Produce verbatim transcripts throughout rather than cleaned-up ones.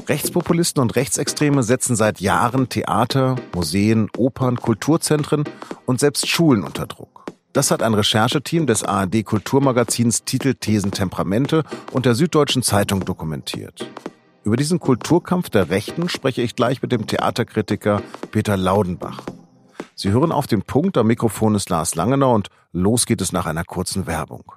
Rechtspopulisten und Rechtsextreme setzen seit Jahren Theater, Museen, Opern, Kulturzentren und selbst Schulen unter Druck. Das hat ein Rechercheteam des A R D-Kulturmagazins Titel, Thesen, Temperamente und der Süddeutschen Zeitung dokumentiert. Über diesen Kulturkampf der Rechten spreche ich gleich mit dem Theaterkritiker Peter Laudenbach. Sie hören auf den Punkt, am Mikrofon ist Lars Langenau und los geht es nach einer kurzen Werbung.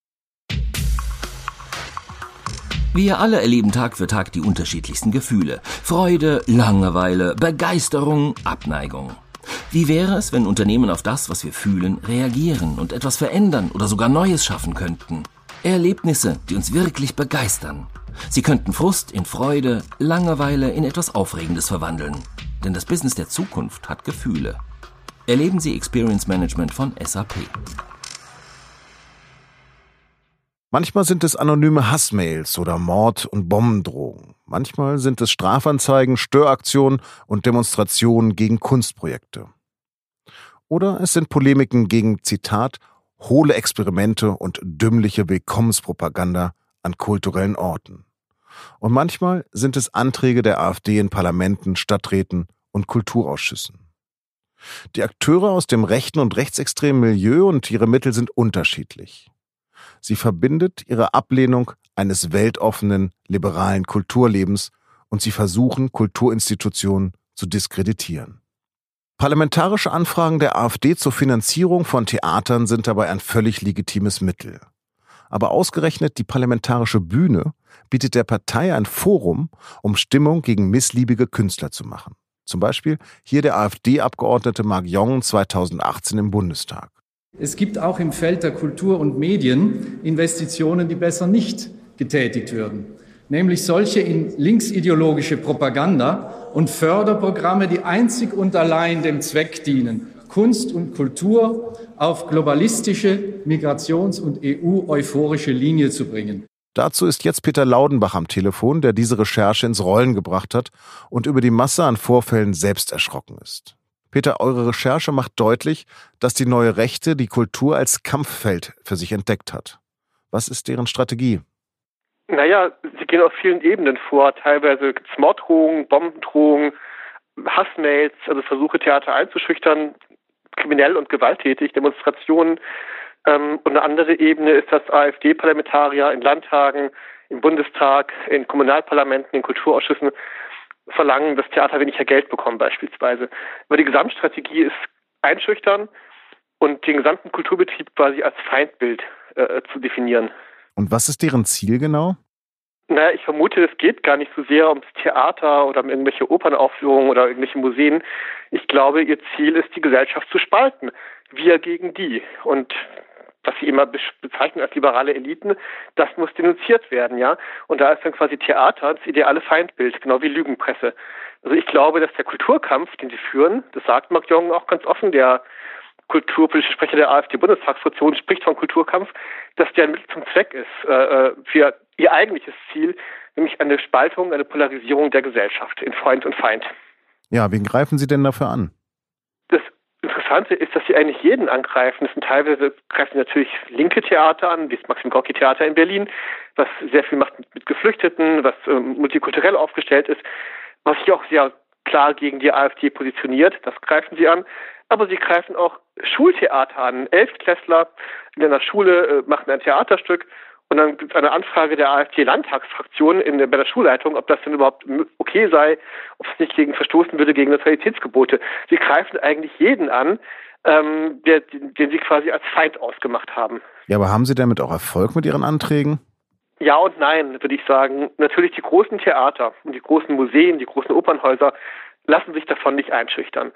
Wir alle erleben Tag für Tag die unterschiedlichsten Gefühle. Freude, Langeweile, Begeisterung, Abneigung. Wie wäre es, wenn Unternehmen auf das, was wir fühlen, reagieren und etwas verändern oder sogar Neues schaffen könnten? Erlebnisse, die uns wirklich begeistern. Sie könnten Frust in Freude, Langeweile in etwas Aufregendes verwandeln. Denn das Business der Zukunft hat Gefühle. Erleben Sie Experience Management von S A P. Manchmal sind es anonyme Hassmails oder Mord- und Bombendrohungen. Manchmal sind es Strafanzeigen, Störaktionen und Demonstrationen gegen Kunstprojekte. Oder es sind Polemiken gegen, Zitat, hohle Experimente und dümmliche Willkommenspropaganda an kulturellen Orten. Und manchmal sind es Anträge der AfD in Parlamenten, Stadträten und Kulturausschüssen. Die Akteure aus dem rechten und rechtsextremen Milieu und ihre Mittel sind unterschiedlich. Sie verbindet ihre Ablehnung eines weltoffenen, liberalen Kulturlebens und sie versuchen, Kulturinstitutionen zu diskreditieren. Parlamentarische Anfragen der AfD zur Finanzierung von Theatern sind dabei ein völlig legitimes Mittel. Aber ausgerechnet die Parlamentarische Bühne bietet der Partei ein Forum, um Stimmung gegen missliebige Künstler zu machen. Zum Beispiel hier der AfD-Abgeordnete Marc Jong zweitausendachtzehn im Bundestag. Es gibt auch im Feld der Kultur und Medien Investitionen, die besser nicht getätigt würden. Nämlich solche in linksideologische Propaganda und Förderprogramme, die einzig und allein dem Zweck dienen, Kunst und Kultur auf globalistische, migrations- und E U-euphorische Linie zu bringen. Dazu ist jetzt Peter Laudenbach am Telefon, der diese Recherche ins Rollen gebracht hat und über die Masse an Vorfällen selbst erschrocken ist. Peter, eure Recherche macht deutlich, dass die neue Rechte die Kultur als Kampffeld für sich entdeckt hat. Was ist deren Strategie? Naja, sie gehen auf vielen Ebenen vor. Teilweise gibt es Morddrohungen, Bombendrohungen, Hassmails, also Versuche, Theater einzuschüchtern, kriminell und gewalttätig, Demonstrationen. Ähm, und eine andere Ebene ist, dass AfD-Parlamentarier in Landtagen, im Bundestag, in Kommunalparlamenten, in Kulturausschüssen verlangen, dass Theater weniger Geld bekommen beispielsweise. Aber die Gesamtstrategie ist einschüchtern und den gesamten Kulturbetrieb quasi als Feindbild äh, zu definieren. Und was ist deren Ziel genau? Naja, ich vermute, es geht gar nicht so sehr ums Theater oder um irgendwelche Opernaufführungen oder irgendwelche Museen. Ich glaube, ihr Ziel ist, die Gesellschaft zu spalten. Wir gegen die. Und was sie immer bezeichnen als liberale Eliten, das muss denunziert werden, ja. Und da ist dann quasi Theater das ideale Feindbild, genau wie Lügenpresse. Also ich glaube, dass der Kulturkampf, den sie führen, das sagt Marc Jong auch ganz offen, der kulturpolitische Sprecher der AfD-Bundestagsfraktion spricht von Kulturkampf, dass der ein Mittel zum Zweck ist äh, für ihr eigentliches Ziel, nämlich eine Spaltung, eine Polarisierung der Gesellschaft in Freund und Feind. Ja, wen greifen Sie denn dafür an? Das Interessante ist, dass sie eigentlich jeden angreifen. Das sind teilweise greifen sie natürlich linke Theater an, wie das Maxim Gorki Theater in Berlin, was sehr viel macht mit, mit Geflüchteten, was ähm, multikulturell aufgestellt ist, was sich auch sehr klar gegen die AfD positioniert. Das greifen sie an. Aber sie greifen auch Schultheater an. Elftklässler in einer Schule äh, machen ein Theaterstück und dann gibt es eine Anfrage der AfD-Landtagsfraktion in, bei der Schulleitung, ob das denn überhaupt okay sei, ob es nicht gegen verstoßen würde gegen Neutralitätsgebote. Sie greifen eigentlich jeden an, ähm, der, den sie quasi als Feind ausgemacht haben. Ja, aber haben Sie damit auch Erfolg mit Ihren Anträgen? Ja und nein, würde ich sagen. Natürlich die großen Theater und die großen Museen, die großen Opernhäuser lassen sich davon nicht einschüchtern.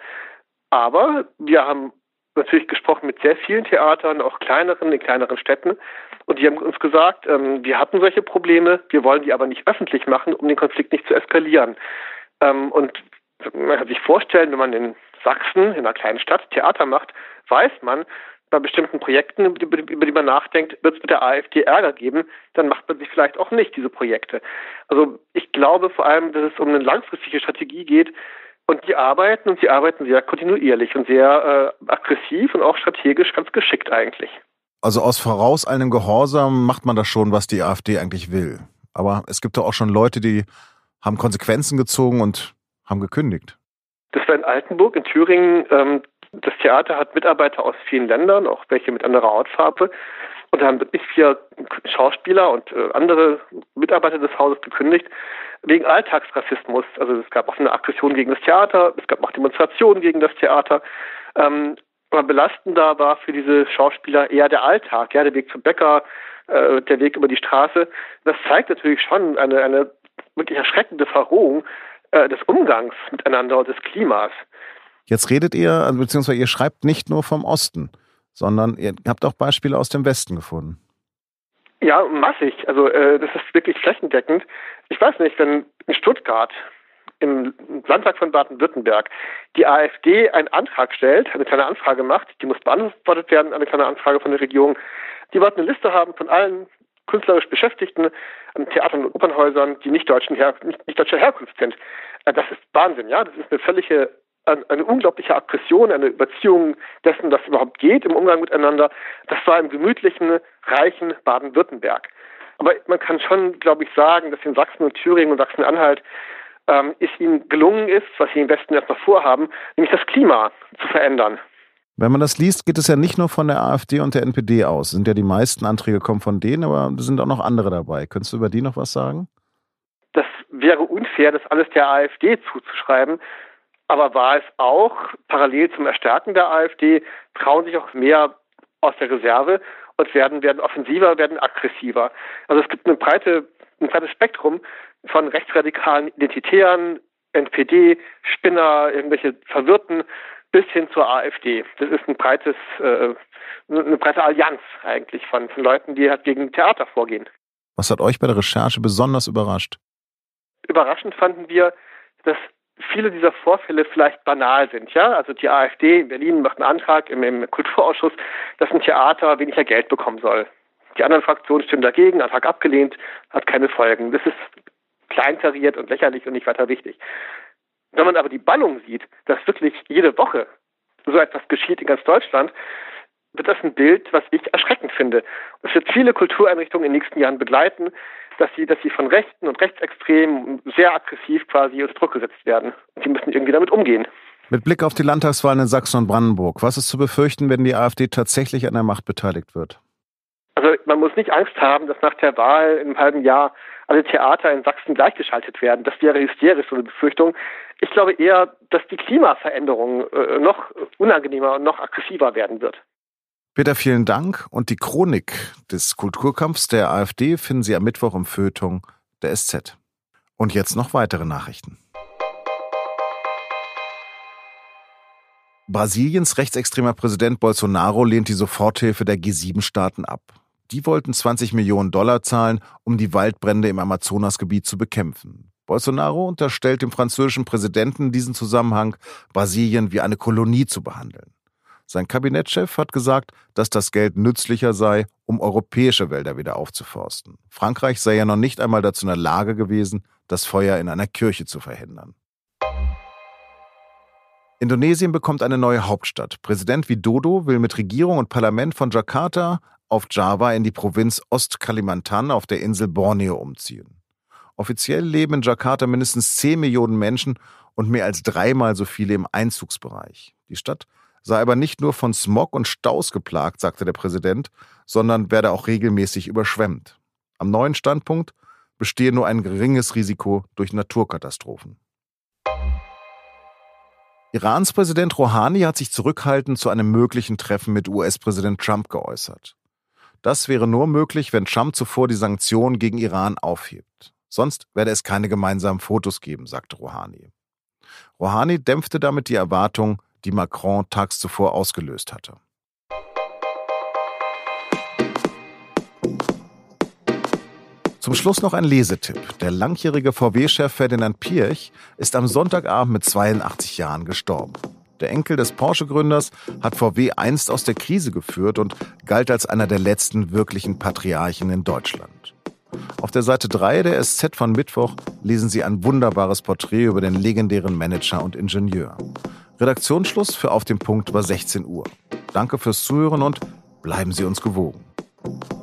Aber wir haben natürlich gesprochen mit sehr vielen Theatern, auch kleineren, in kleineren Städten. Und die haben uns gesagt, ähm, wir hatten solche Probleme, wir wollen die aber nicht öffentlich machen, um den Konflikt nicht zu eskalieren. Ähm, und man kann sich vorstellen, wenn man in Sachsen, in einer kleinen Stadt, Theater macht, weiß man, bei bestimmten Projekten, über die, über die man nachdenkt, wird es mit der AfD Ärger geben, dann macht man sich vielleicht auch nicht diese Projekte. Also ich glaube vor allem, dass es um eine langfristige Strategie geht, und die arbeiten und sie arbeiten sehr kontinuierlich und sehr äh, aggressiv und auch strategisch ganz geschickt eigentlich. Also aus vorauseilendem Gehorsam macht man das schon, was die AfD eigentlich will. Aber es gibt doch auch schon Leute, die haben Konsequenzen gezogen und haben gekündigt. Das war in Altenburg in Thüringen. Ähm, das Theater hat Mitarbeiter aus vielen Ländern, auch welche mit anderer Hautfarbe. Und da haben wirklich vier Schauspieler und äh, andere Mitarbeiter des Hauses gekündigt wegen Alltagsrassismus. Also es gab auch eine Aggression gegen das Theater, es gab auch Demonstrationen gegen das Theater. Ähm, aber belastender war für diese Schauspieler eher der Alltag, ja, der Weg zum Bäcker, äh, der Weg über die Straße. Das zeigt natürlich schon eine, eine wirklich erschreckende Verrohung äh, des Umgangs miteinander und des Klimas. Jetzt redet ihr, beziehungsweise ihr schreibt nicht nur vom Osten, sondern ihr habt auch Beispiele aus dem Westen gefunden. Ja, massig. Also äh, das ist wirklich flächendeckend. Ich weiß nicht, wenn in Stuttgart im Landtag von Baden-Württemberg die AfD einen Antrag stellt, eine kleine Anfrage macht, die muss beantwortet werden, eine kleine Anfrage von der Regierung. Die wollten eine Liste haben von allen künstlerisch Beschäftigten an Theatern und Opernhäusern, die nicht, deutschen Her- nicht, nicht deutscher Herkunft sind. Äh, das ist Wahnsinn, ja. Das ist eine völlige eine unglaubliche Aggression, eine Überziehung dessen, was überhaupt geht im Umgang miteinander. Das war im gemütlichen, reichen Baden-Württemberg. Aber man kann schon, glaube ich, sagen, dass in Sachsen und Thüringen und Sachsen-Anhalt ähm, es ihnen gelungen ist, was sie im Westen erst noch vorhaben, nämlich das Klima zu verändern. Wenn man das liest, geht es ja nicht nur von der AfD und der N P D aus. Sind ja die meisten Anträge kommen von denen, aber es sind auch noch andere dabei. Könntest du über die noch was sagen? Das wäre unfair, das alles der AfD zuzuschreiben. Aber war es auch, parallel zum Erstarken der AfD, trauen sich auch mehr aus der Reserve und werden, werden offensiver, werden aggressiver. Also es gibt eine breite, ein breites Spektrum von rechtsradikalen Identitären, N P D, Spinner, irgendwelche Verwirrten, bis hin zur AfD. Das ist ein breites, äh, eine breite Allianz eigentlich von, von Leuten, die halt gegen Theater vorgehen. Was hat euch bei der Recherche besonders überrascht? Überraschend fanden wir, dass viele dieser Vorfälle vielleicht banal sind, ja. Also die AfD in Berlin macht einen Antrag im, im Kulturausschuss, dass ein Theater weniger Geld bekommen soll. Die anderen Fraktionen stimmen dagegen, Antrag abgelehnt, hat keine Folgen. Das ist kleinkariert und lächerlich und nicht weiter wichtig. Wenn man aber die Ballung sieht, dass wirklich jede Woche so etwas geschieht in ganz Deutschland, wird das ein Bild, was ich erschreckend finde. Es wird viele Kultureinrichtungen in den nächsten Jahren begleiten, dass sie, dass sie von Rechten und Rechtsextremen sehr aggressiv quasi unter Druck gesetzt werden. Und die müssen irgendwie damit umgehen. Mit Blick auf die Landtagswahlen in Sachsen und Brandenburg, was ist zu befürchten, wenn die AfD tatsächlich an der Macht beteiligt wird? Also man muss nicht Angst haben, dass nach der Wahl in einem halben Jahr alle Theater in Sachsen gleichgeschaltet werden. Das wäre hysterisch, so eine Befürchtung. Ich glaube eher, dass die Klimaveränderung äh, noch unangenehmer und noch aggressiver werden wird. Peter, vielen Dank. Und die Chronik des Kulturkampfs der AfD finden Sie am Mittwoch im Feuilleton der S Z. Und jetzt noch weitere Nachrichten. Brasiliens rechtsextremer Präsident Bolsonaro lehnt die Soforthilfe der G sieben Staaten ab. Die wollten zwanzig Millionen Dollar zahlen, um die Waldbrände im Amazonasgebiet zu bekämpfen. Bolsonaro unterstellt dem französischen Präsidenten in diesem Zusammenhang, Brasilien wie eine Kolonie zu behandeln. Sein Kabinettschef hat gesagt, dass das Geld nützlicher sei, um europäische Wälder wieder aufzuforsten. Frankreich sei ja noch nicht einmal dazu in der Lage gewesen, das Feuer in einer Kirche zu verhindern. Indonesien bekommt eine neue Hauptstadt. Präsident Widodo will mit Regierung und Parlament von Jakarta auf Java in die Provinz Ostkalimantan auf der Insel Borneo umziehen. Offiziell leben in Jakarta mindestens zehn Millionen Menschen und mehr als dreimal so viele im Einzugsbereich. Die Stadt sei aber nicht nur von Smog und Staus geplagt, sagte der Präsident, sondern werde auch regelmäßig überschwemmt. Am neuen Standpunkt bestehe nur ein geringes Risiko durch Naturkatastrophen. Irans Präsident Rouhani hat sich zurückhaltend zu einem möglichen Treffen mit U S-Präsident Trump geäußert. Das wäre nur möglich, wenn Trump zuvor die Sanktionen gegen Iran aufhebt. Sonst werde es keine gemeinsamen Fotos geben, sagte Rouhani. Rouhani dämpfte damit die Erwartung, die Macron tags zuvor ausgelöst hatte. Zum Schluss noch ein Lesetipp. Der langjährige V W-Chef Ferdinand Piëch ist am Sonntagabend mit zweiundachtzig Jahren gestorben. Der Enkel des Porsche-Gründers hat V W einst aus der Krise geführt und galt als einer der letzten wirklichen Patriarchen in Deutschland. Auf der Seite drei der S Z von Mittwoch lesen Sie ein wunderbares Porträt über den legendären Manager und Ingenieur. Redaktionsschluss für Auf den Punkt war sechzehn Uhr. Danke fürs Zuhören und bleiben Sie uns gewogen.